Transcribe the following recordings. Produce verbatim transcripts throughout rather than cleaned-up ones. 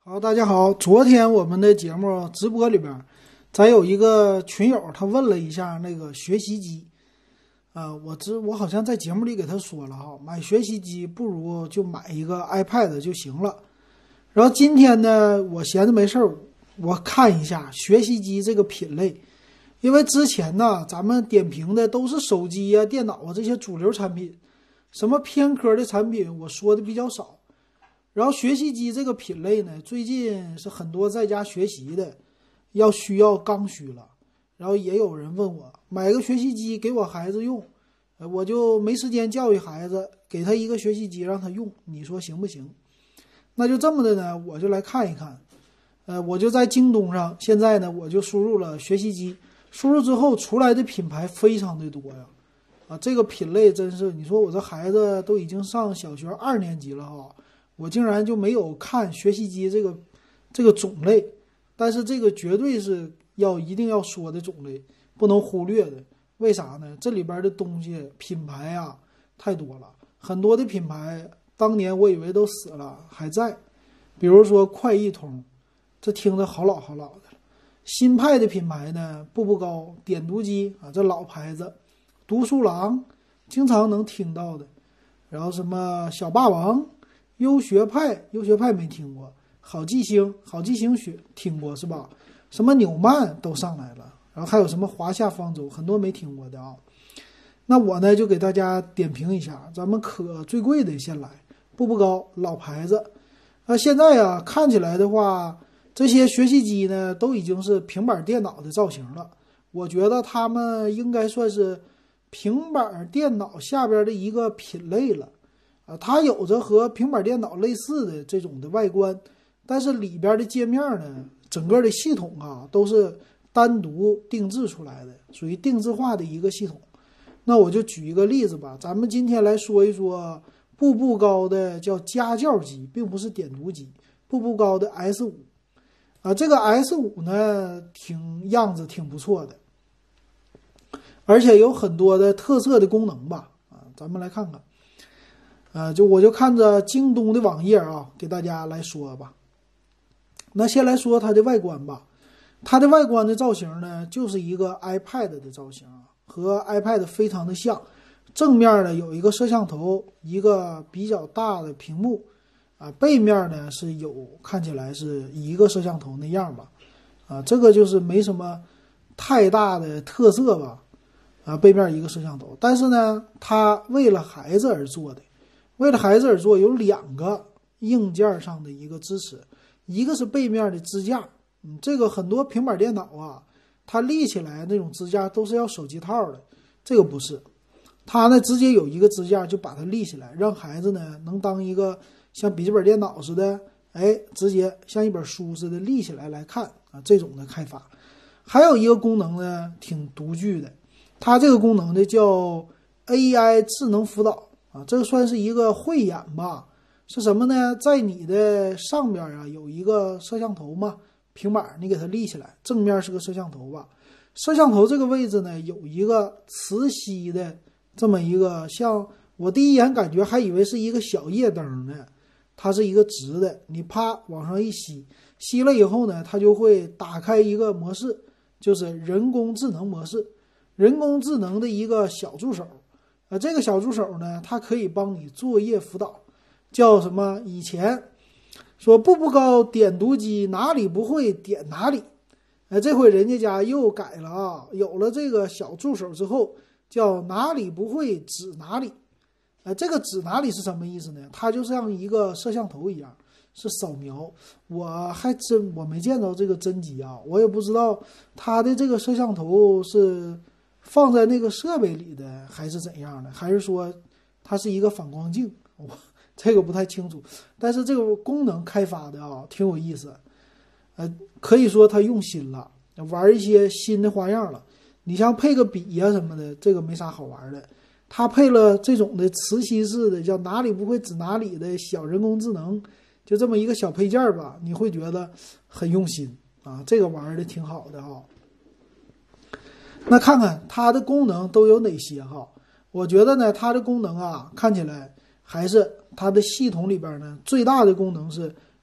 好，大家好。昨天我们的节目直播里边，咱有一个群友，他问了一下那个学习机，呃，我知我好像在节目里给他说了哈，买学习机不如就买一个 iPad 就行了。然后今天呢，我闲着没事儿，我看一下学习机这个品类，因为之前呢，咱们点评的都是手机呀、电脑啊这些主流产品，什么偏科的产品我说的比较少。然后学习机这个品类呢，最近是很多在家学习的，要需要刚需了。然后也有人问我买个学习机给我孩子用，呃我就没时间教育孩子，给他一个学习机让他用，你说行不行？那就这么的呢，我就来看一看。呃，我就在京东上，现在呢我就输入了学习机，输入之后出来的品牌非常的多呀。啊，这个品类真是，你说我这孩子都已经上小学二年级了哈。我竟然就没有看学习机这个这个种类，但是这个绝对是要一定要说的种类，不能忽略的。为啥呢？这里边的东西品牌啊太多了，很多的品牌当年我以为都死了还在，比如说快易通，这听着好老好老的了。新派的品牌呢，步步高、点读机啊，这老牌子，读书郎经常能听到的，然后什么小霸王。优学派，优学派没听过，好记星，好记星学听过是吧？什么纽曼都上来了，然后还有什么华夏方舟，很多没听过的啊。那我呢就给大家点评一下，咱们可最贵的先来，步步高老牌子。那现在啊看起来的话，这些学习机呢都已经是平板电脑的造型了，我觉得他们应该算是平板电脑下边的一个品类了。啊，它有着和平板电脑类似的这种的外观，但是里边的界面呢，整个的系统啊都是单独定制出来的，属于定制化的一个系统。那我就举一个例子吧，咱们今天来说一说步步高的叫家教机，并不是点读机，步步高的 S 五 啊，这个 S 五 呢挺样子挺不错的，而且有很多的特色的功能吧啊，咱们来看看。呃，就我就看着京东的网页啊，给大家来说吧。那先来说它的外观吧，它的外观的造型呢，就是一个 iPad 的造型，和 iPad 非常的像。正面呢有一个摄像头，一个比较大的屏幕，啊，背面呢是有看起来是一个摄像头那样吧，啊，这个就是没什么太大的特色吧，啊，背面一个摄像头，但是呢，它为了孩子而做的。为了孩子而做，有两个硬件上的一个支持，一个是背面的支架，嗯，这个很多平板电脑啊，它立起来那种支架都是要手机套的，这个不是，它呢直接有一个支架就把它立起来，让孩子呢能当一个像笔记本电脑似的，哎，直接像一本书似的立起来来看啊，这种的开发。还有一个功能呢挺独具的，它这个功能呢叫 A I 智能辅导。啊，这个算是一个慧眼吧？是什么呢？在你的上边啊有一个摄像头嘛，平板你给它立起来，正面是个摄像头吧。摄像头这个位置呢有一个磁吸的这么一个，像我第一眼感觉还以为是一个小夜灯呢，它是一个直的，你啪往上一吸，吸了以后呢，它就会打开一个模式，就是人工智能模式，人工智能的一个小助手。呃，这个小助手呢，它可以帮你作业辅导，叫什么？以前说步步高点读机哪里不会点哪里，呃，这回人家家又改了啊，有了这个小助手之后，叫哪里不会指哪里。呃，这个指哪里是什么意思呢？它就像一个摄像头一样，是扫描。我还真我没见到这个真机啊，我也不知道它的这个摄像头是放在那个设备里的还是怎样的，还是说它是一个反光镜，我这个不太清楚。但是这个功能开发的啊挺有意思，呃，可以说它用心了，玩一些新的花样了。你像配个笔呀、啊、什么的，这个没啥好玩的。它配了这种的磁吸式的，叫哪里不会指哪里的小人工智能，就这么一个小配件吧，你会觉得很用心啊，这个玩的挺好的啊。那看看它的功能都有哪些哈？我觉得呢，它的功能啊，看起来还是它的系统里边呢最大的功能是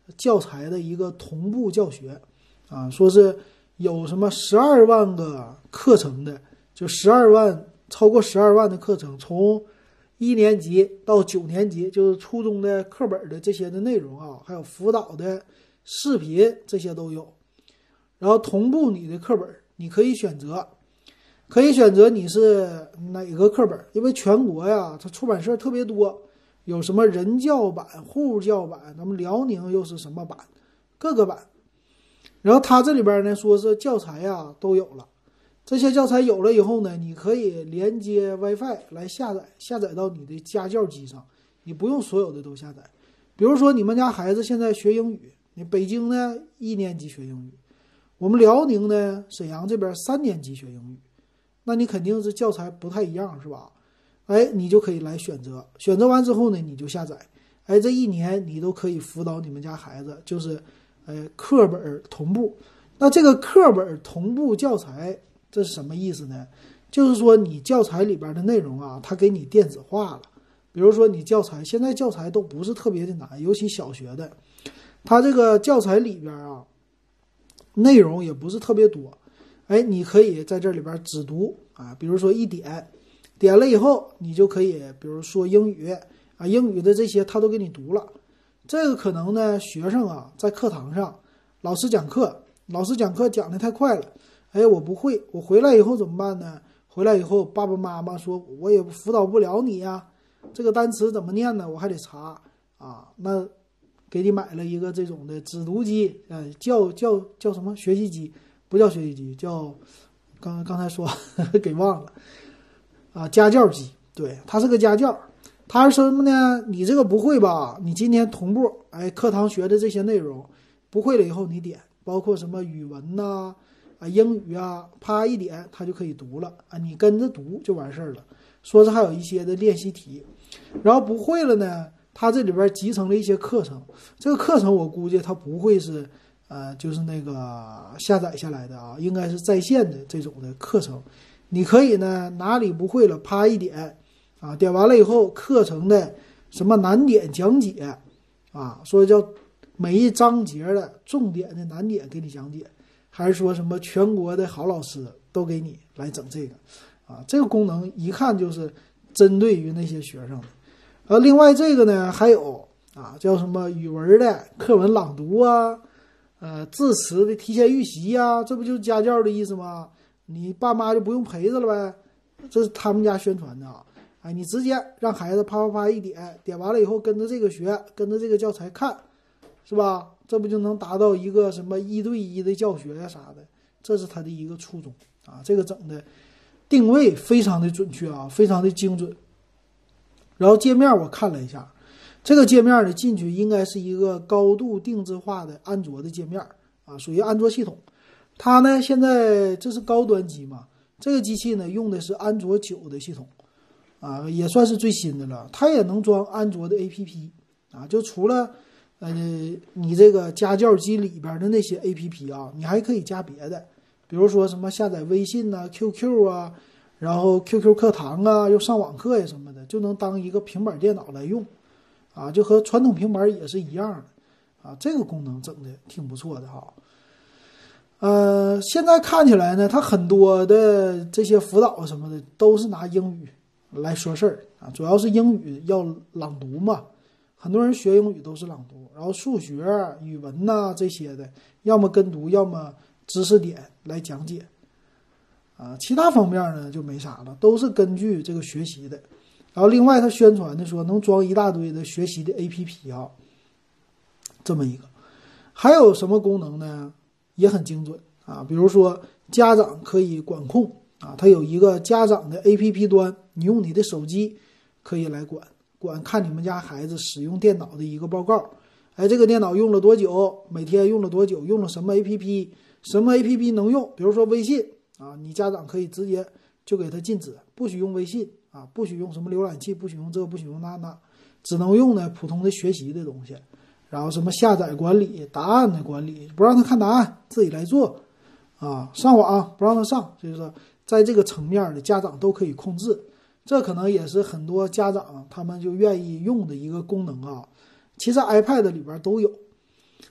教材的一个同步教学啊，说是有什么十二万个课程的，就十二万超过十二万的课程，从一年级到九年级，就是初中的课本的这些的内容啊，还有辅导的视频，这些都有。然后同步你的课本，你可以选择，可以选择你是哪个课本，因为全国呀，它出版社特别多，有什么人教版、沪教版，咱们辽宁又是什么版，各个版。然后它这里边呢，说是教材呀都有了。这些教材有了以后呢，你可以连接 WiFi 来下载，下载到你的家教机上，你不用所有的都下载。比如说你们家孩子现在学英语，你北京呢一年级学英语，我们辽宁呢沈阳这边三年级学英语，那你肯定是教材不太一样，是吧？哎，你就可以来选择，选择完之后呢，你就下载。哎，这一年你都可以辅导你们家孩子，就是呃课本同步。那这个课本同步教材，这是什么意思呢？就是说你教材里边的内容啊，它给你电子化了。比如说你教材，现在教材都不是特别的难，尤其小学的，它这个教材里边啊，内容也不是特别多。哎，你可以在这里边只读啊，比如说一点，点了以后，你就可以，比如说英语啊，英语的这些他都给你读了。这个可能呢，学生啊在课堂上，老师讲课，老师讲课讲的太快了。哎，我不会，我回来以后怎么办呢？回来以后，爸爸妈妈说我也辅导不了你呀，这个单词怎么念呢？我还得查啊。那给你买了一个这种的只读机，呃，叫叫叫什么学习机？不叫学习机，叫刚刚才说给忘了啊，家教机。对，它是个家教。它是什么呢？你这个不会吧？你今天同步，哎，课堂学的这些内容不会了以后，你点，包括什么语文呐、啊、英语啊，啪一点，它就可以读了啊，你跟着读就完事儿了。说是还有一些的练习题，然后不会了呢，它这里边集成了一些课程，这个课程我估计它不会是呃，就是那个下载下来的啊，应该是在线的这种的课程。你可以呢哪里不会了，啪一点啊，点完了以后，课程的什么难点讲解啊，说叫每一章节的重点的难点给你讲解，还是说什么全国的好老师都给你来整这个啊？这个功能一看就是针对于那些学生的。呃，另外这个呢还有啊，叫什么语文的课文朗读啊，呃，字词的提前预习呀，这不就是家教的意思吗？你爸妈就不用陪着了呗，这是他们家宣传的啊。哎，你直接让孩子啪啪啪一点，点完了以后跟着这个学，跟着这个教材看，是吧？这不就能达到一个什么一对一的教学呀啥的？这是他的一个初衷啊。这个整的定位非常的准确啊，非常的精准。然后界面我看了一下，这个界面呢进去应该是一个高度定制化的安卓的界面啊，属于安卓系统。它呢现在这是高端机嘛，这个机器呢用的是安卓九的系统。啊，也算是最新的了，它也能装安卓的 A P P 啊，就除了呃你这个家教机里边的那些 A P P 啊，你还可以加别的，比如说什么下载微信呐、啊、Q Q 啊，然后 Q Q 课堂啊，又上网课呀什么的，就能当一个平板电脑来用啊，就和传统平板也是一样的啊，这个功能整的挺不错的哈。呃，现在看起来呢，它很多的这些辅导什么的都是拿英语来说事儿啊，主要是英语要朗读嘛，很多人学英语都是朗读，然后数学、语文呐、这些的，要么跟读，要么知识点来讲解，啊，其他方面呢就没啥了，都是根据这个学习的。然后另外他宣传的说能装一大堆的学习的 A P P 啊，这么一个，还有什么功能呢？也很精准啊，比如说家长可以管控。啊，它有一个家长的 A P P 端，你用你的手机可以来管管看你们家孩子使用电脑的一个报告。哎，这个电脑用了多久，每天用了多久，用了什么 A P P， 什么 A P P 能用，比如说微信啊，你家长可以直接就给他禁止，不许用微信啊，不许用什么浏览器，不许用这，不许用那那，只能用呢普通的学习的东西。然后什么下载管理、答案的管理，不让他看答案，自己来做啊，上网不让他上，就是说在这个层面的家长都可以控制，这可能也是很多家长他们就愿意用的一个功能啊。其实 iPad 里边都有，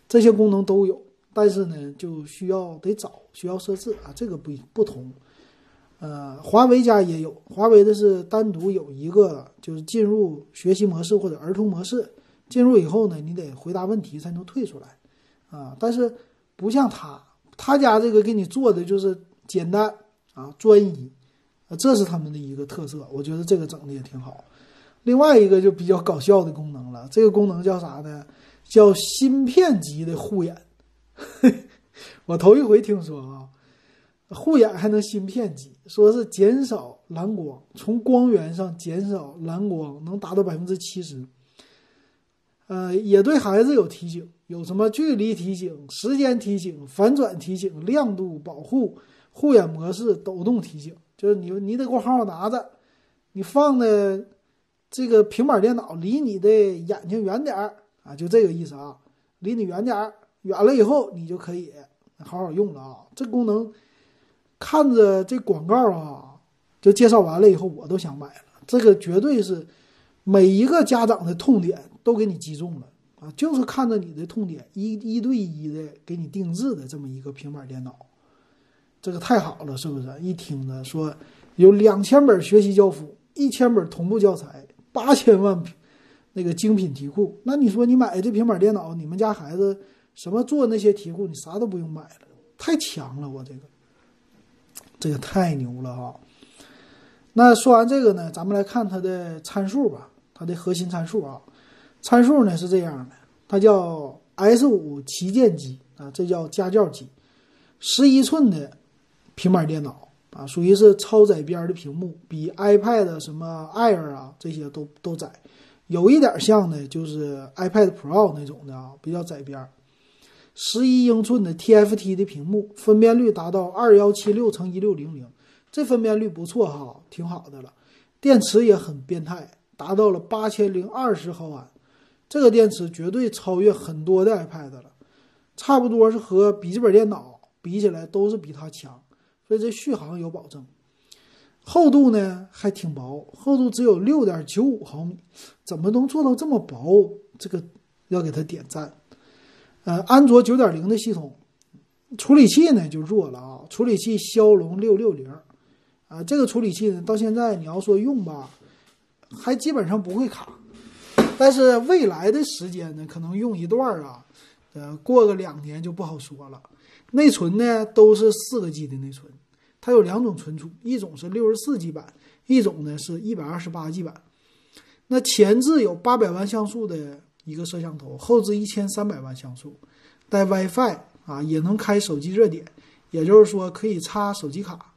这些功能都有，但是呢，就需要得找，需要设置啊，这个不不同。呃，华为家也有，华为的是单独有一个，就是进入学习模式或者儿童模式，进入以后呢，你得回答问题才能退出来啊。但是不像他，他家这个给你做的就是简单啊，专一啊，这是他们的一个特色，我觉得这个整的也挺好。另外一个就比较搞笑的功能了，这个功能叫啥呢？叫芯片级的护眼。我头一回听说啊，护眼还能芯片级，说是减少蓝光，从光源上减少蓝光能达到百分之七十。呃，也对孩子有提醒，有什么距离提醒、时间提醒、反转提醒、亮度保护、护眼模式、抖动提醒，就是你你得给我好好拿着，你放的这个平板电脑离你的眼睛远点儿啊，就这个意思啊，离你远点儿，远了以后你就可以好好用了啊。这功能看着这广告啊，就介绍完了以后我都想买了，这个绝对是每一个家长的痛点都给你击中了啊，就是看着你的痛点一一对一的给你定制的这么一个平板电脑，这个太好了，是不是？一听着说有两千本学习教辅，一千本同步教材，八千万那个精品题库，那你说你买这平板电脑，你们家孩子什么做那些题库，你啥都不用买了，太强了，我这个这个太牛了哈。那说完这个呢，咱们来看它的参数吧，它的核心参数啊，参数呢是这样的，它叫 S 五 旗舰机啊，这叫家教机，十一寸的平板电脑啊，属于是超窄边的屏幕，比 iPad 什么 Air 啊这些都都窄，有一点像的就是 iPad Pro 那种的啊，比较窄边。十一英寸的 T F T 的屏幕，分辨率达到二一七六乘一六零零，这分辨率不错哈，挺好的了。电池也很变态，达到了八千零二十毫安，这个电池绝对超越很多的 iPad 了，差不多是和笔记本电脑比起来都是比它强，所以这续航有保证。厚度呢还挺薄，厚度只有 六点九五毫米，怎么能做到这么薄？这个要给它点赞。呃，安卓 九点零 的系统，处理器呢就弱了啊，处理器骁龙六六零啊，这个处理器呢到现在你要说用吧，还基本上不会卡，但是未来的时间呢可能用一段啊，呃，过个两年就不好说了。内存呢都是四个 G 的内存，它有两种存储，一种是六十四 G 版，一种呢是一百二十八 G 版。那前置有八百万像素的一个摄像头，后置一千三百万像素，带 WiFi 啊，也能开手机热点，也就是说可以插手机卡。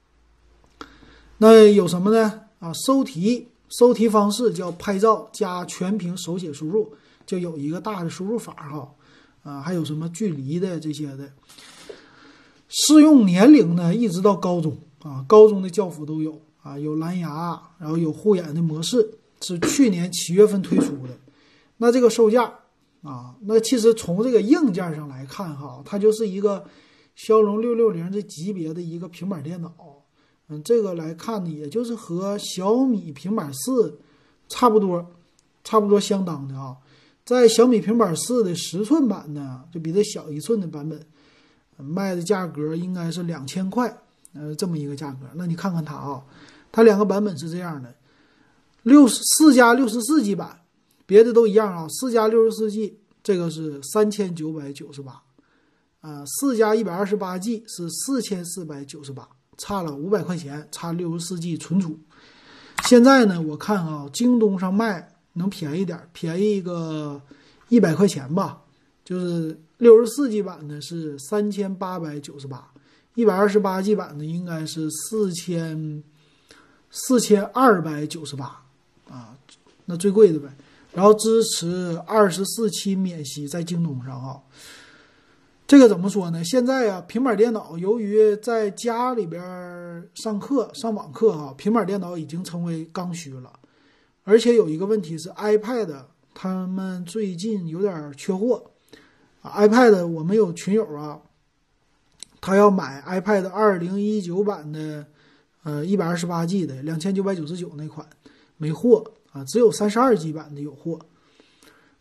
那有什么呢？啊，搜题搜题方式叫拍照加全屏手写输入，就有一个大的输入法哈。啊，还有什么距离的这些的。适用年龄呢，一直到高中啊，高中的教辅都有啊，有蓝牙，然后有护眼的模式，是去年七月份推出的。那这个售价啊，那其实从这个硬件上来看哈，它就是一个骁龙六六零这级别的一个平板电脑。嗯，这个来看呢，也就是和小米平板四差不多，差不多相当的啊。在小米平板四的十寸版呢，就比这小一寸的版本，卖的价格应该是两千块，呃，这么一个价格。那你看看它啊，它两个版本是这样的，六四加六十四 G 版，别的都一样啊，四加六十四 G 这个是三千九百九十八，啊，四加一百二十八 G 是四千四百九十八，差了五百块钱，差六十四 G 存储。现在呢，我看啊，京东上卖能便宜点，便宜一个一百块钱吧，就是六十四 G 版的是三千八百九十八，一百二十八 G 版的应该是四千四千二百九十八啊，那最贵的呗。然后支持二十四期免息，在京东上啊。这个怎么说呢？现在啊，平板电脑由于在家里边上课上网课啊，平板电脑已经成为刚需了。而且有一个问题是 iPad 他们最近有点缺货啊 iPad 我们有群友啊，他要买 iPad 二零一九版的呃 一百二十八 G 的两千九百九十九那款没货啊，只有三十二 G 版的有货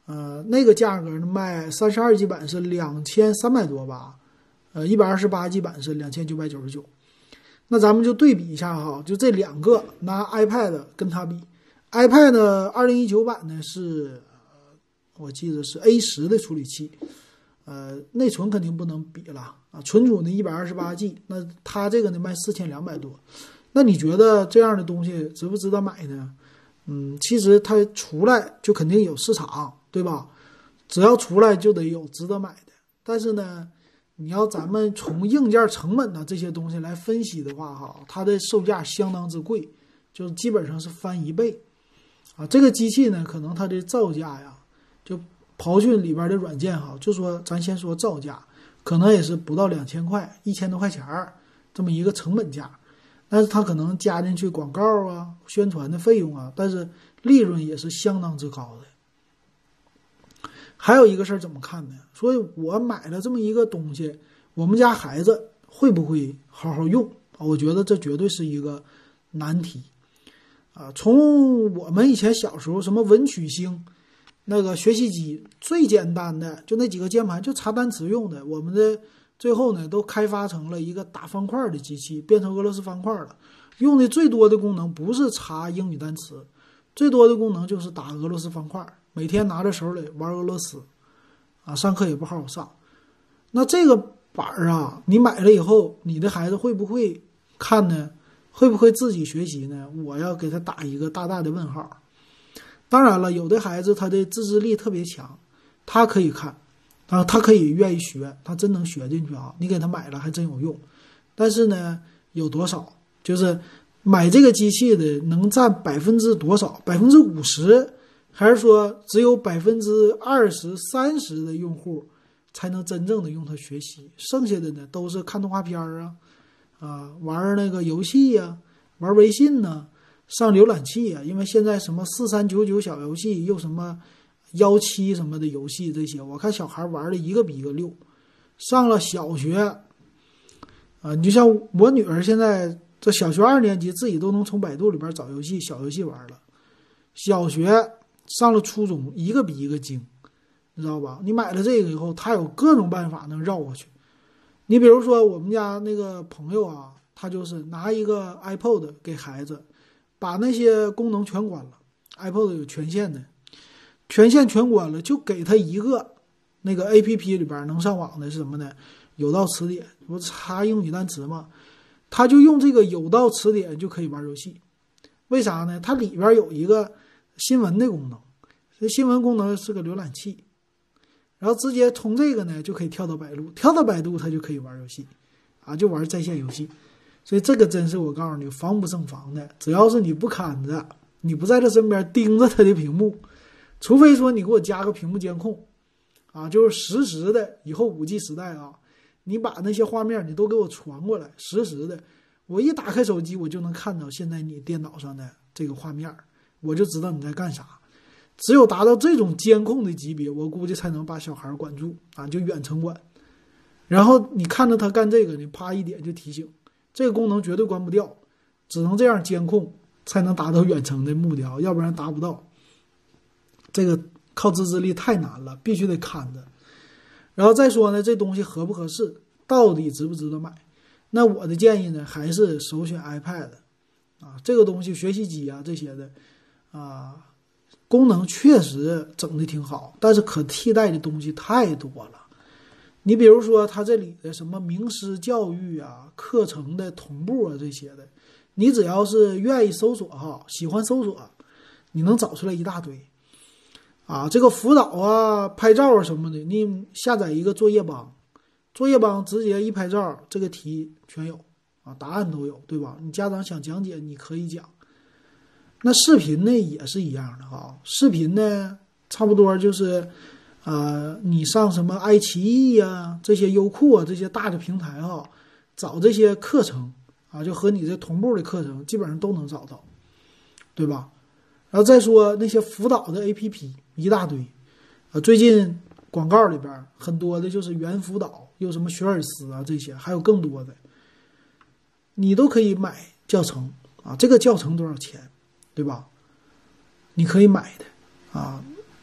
呃，那个价格呢卖三十二 G 版是两千三百多吧，呃，一百二十八 G 版是两千九百九十九。那咱们就对比一下哈，就这两个拿 iPad 跟它比 ，iPad 二零一九版呢是，我记得是 A 十 的处理器，呃，内存肯定不能比了啊，存储呢一百二十八 G， 那它这个呢卖四千两百多。那你觉得这样的东西值不值得买呢？嗯，其实它出来就肯定有市场，对吧？只要出来就得有值得买的。但是呢，你要咱们从硬件成本呢这些东西来分析的话，哈，它的售价相当之贵，就基本上是翻一倍啊。这个机器呢，可能它的造价呀，就刨去里边的软件哈，就说咱先说造价，可能也是不到两千块，一千多块钱儿这么一个成本价。但是它可能加进去广告啊、宣传的费用啊，但是利润也是相当之高的。还有一个事儿怎么看呢？所以我买了这么一个东西，我们家孩子会不会好好用啊？我觉得这绝对是一个难题啊！从我们以前小时候，什么文曲星那个学习机，最简单的就那几个键盘，就查单词用的，我们的。最后呢，都开发成了一个打方块的机器，变成俄罗斯方块了。用的最多的功能不是查英语单词，最多的功能就是打俄罗斯方块。每天拿着手里玩俄罗斯，啊，上课也不好好上。那这个板儿啊，你买了以后，你的孩子会不会看呢？会不会自己学习呢？我要给他打一个大大的问号。当然了，有的孩子他的自制力特别强，他可以看。啊，他可以愿意学，他真能学进去啊！你给他买了还真有用，但是呢，有多少？就是买这个机器的能占百分之多少？百分之五十，还是说只有百分之二十、三十的用户才能真正的用它学习？剩下的呢，都是看动画片啊，啊，玩那个游戏呀、啊，玩微信呢、啊，上浏览器啊。因为现在什么四三九九小游戏，又什么。幺七什么的游戏这些，我看小孩玩的一个比一个溜。上了小学，啊、呃，你就像我女儿现在这小学二年级，自己都能从百度里边找游戏、小游戏玩了。小学上了初中，一个比一个精，你知道吧？你买了这个以后，他有各种办法能绕过去。你比如说我们家那个朋友啊，他就是拿一个 iPod 给孩子，把那些功能全关了 ，iPod 有权限的。权限全关了，就给他一个那个 A P P 里边能上网的是什么呢？有道词典，不查英语单词吗？他就用这个有道词典就可以玩游戏。为啥呢？它里边有一个新闻的功能，这新闻功能是个浏览器，然后直接从这个呢就可以跳到百度，跳到百度它就可以玩游戏，啊，就玩在线游戏。所以这个真是我告诉你，防不胜防的。只要是你不看着，你不在他身边盯着他的屏幕。除非说你给我加个屏幕监控，啊，就是实时的，以后 五 G 时代啊，你把那些画面你都给我传过来，实时的，我一打开手机我就能看到现在你电脑上的这个画面，我就知道你在干啥。只有达到这种监控的级别，我估计才能把小孩管住啊，就远程管。然后你看着他干这个，你啪一点就提醒，这个功能绝对关不掉，只能这样监控才能达到远程的目标，要不然达不到。这个靠自制力太难了，必须得看着。然后再说呢，这东西合不合适，到底值不值得买？那我的建议呢，还是首选 iPad 啊，这个东西学习机啊这些的啊，功能确实整的挺好，但是可替代的东西太多了。你比如说它这里的什么名师教育啊、课程的同步啊这些的，你只要是愿意搜索哈，喜欢搜索，你能找出来一大堆。啊，这个辅导啊、拍照啊什么的，你下载一个作业帮，作业帮直接一拍照，这个题全有啊，答案都有，对吧？你家长想讲解，你可以讲。那视频呢也是一样的哈，视频呢差不多就是，呃，你上什么爱奇艺呀、这些优酷啊这些大的平台哈，找这些课程啊，就和你这同步的课程基本上都能找到，对吧？然后再说那些辅导的 A P P 一大堆，啊，最近广告里边很多的就是原辅导，有什么学而思啊这些，还有更多的，你都可以买教程啊。这个教程多少钱，对吧？你可以买的啊。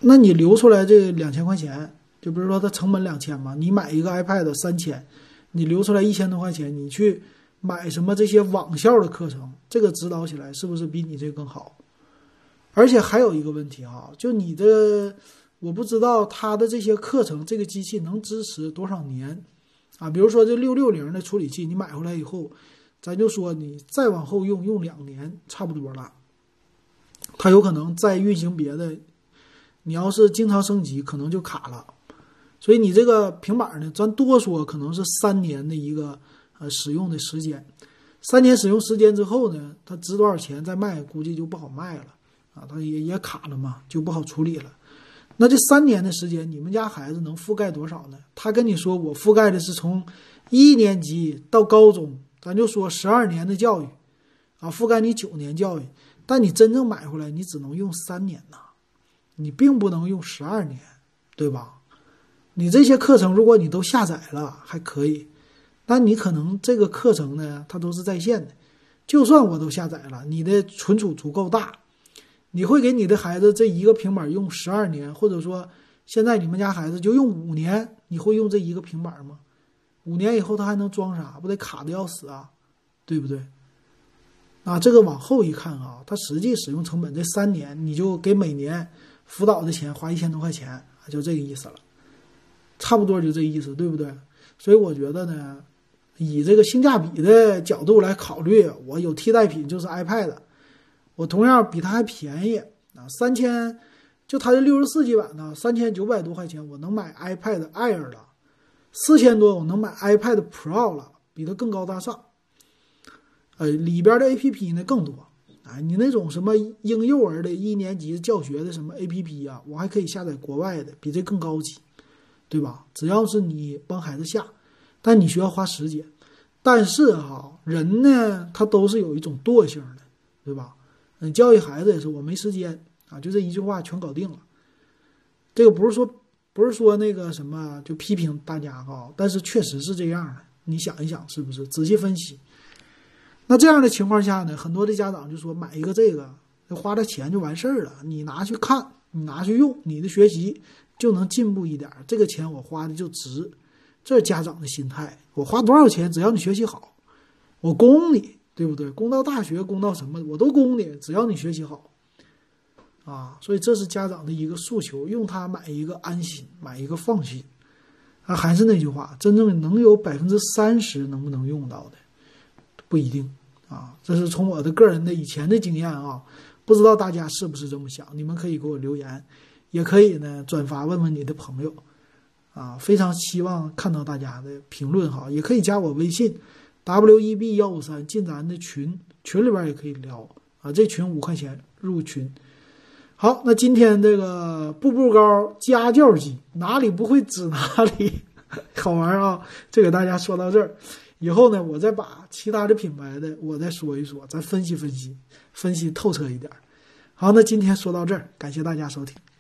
那你留出来这两千块钱，就比如说它成本两千嘛，你买一个 iPad 三千，你留出来一千多块钱，你去买什么这些网校的课程，这个指导起来是不是比你这更好？而且还有一个问题哈，就你的，我不知道它的这些课程，这个机器能支持多少年啊？比如说这六六零的处理器，你买回来以后，咱就说你再往后用，用两年差不多了，它有可能再运行别的，你要是经常升级，可能就卡了。所以你这个平板呢，咱多说可能是三年的一个呃使用的时间，三年使用时间之后呢，它值多少钱再卖，估计就不好卖了。啊，它也也卡了嘛，就不好处理了。那这三年的时间，你们家孩子能覆盖多少呢？他跟你说我覆盖的是从一年级到高中，咱就说十二年的教育，啊，覆盖你九年教育，但你真正买回来，你只能用三年呐，你并不能用十二年，对吧？你这些课程如果你都下载了还可以，但你可能这个课程呢，它都是在线的，就算我都下载了，你的存储足够大。你会给你的孩子这一个平板用十二年，或者说现在你们家孩子就用五年，你会用这一个平板吗？五年以后他还能装啥？不得卡的要死啊，对不对？啊，这个往后一看啊，他实际使用成本这三年，你就给每年辅导的钱花一千多块钱，就这个意思了，差不多就这意思，对不对？所以我觉得呢，以这个性价比的角度来考虑，我有替代品就是 iPad。我同样比它还便宜啊，三千，就它的六十四 G 版呢，三千九百多块钱，我能买 iPad Air 了，四千多我能买 iPad Pro 了，比它更高大上。呃，里边的 A P P 呢更多啊，你那种什么婴幼儿的一年级教学的什么 A P P 啊，我还可以下载国外的，比这更高级，对吧？只要是你帮孩子下，但你需要花时间。但是哈，人呢，他都是有一种惰性的，对吧？你教育孩子也是，我没时间啊，就这一句话全搞定了。这个不是说不是说那个什么就批评大家哈，但是确实是这样的。你想一想，是不是？仔细分析。那这样的情况下呢，很多的家长就说买一个这个，花点钱就完事儿了，你拿去看，你拿去用，你的学习就能进步一点，这个钱我花的就值。这是家长的心态，我花多少钱，只要你学习好，我供你。对不对？供到大学，供到什么，我都供你，只要你学习好，啊，所以这是家长的一个诉求，用它买一个安心，买一个放心。啊，还是那句话，真正能有百分之三十能不能用到的，不一定啊。这是从我的个人的以前的经验啊，不知道大家是不是这么想？你们可以给我留言，也可以呢转发问问你的朋友，啊，非常希望看到大家的评论哈，也可以加我微信。W E B 一五三进咱的群，群里边也可以聊啊，这群五块钱入群。好，那今天这个步步高家教机哪里不会指哪里，好玩啊！就给大家说到这儿，以后呢，我再把其他的品牌的我再说一说，咱分析分析，分析透彻一点。好，那今天说到这儿，感谢大家收听。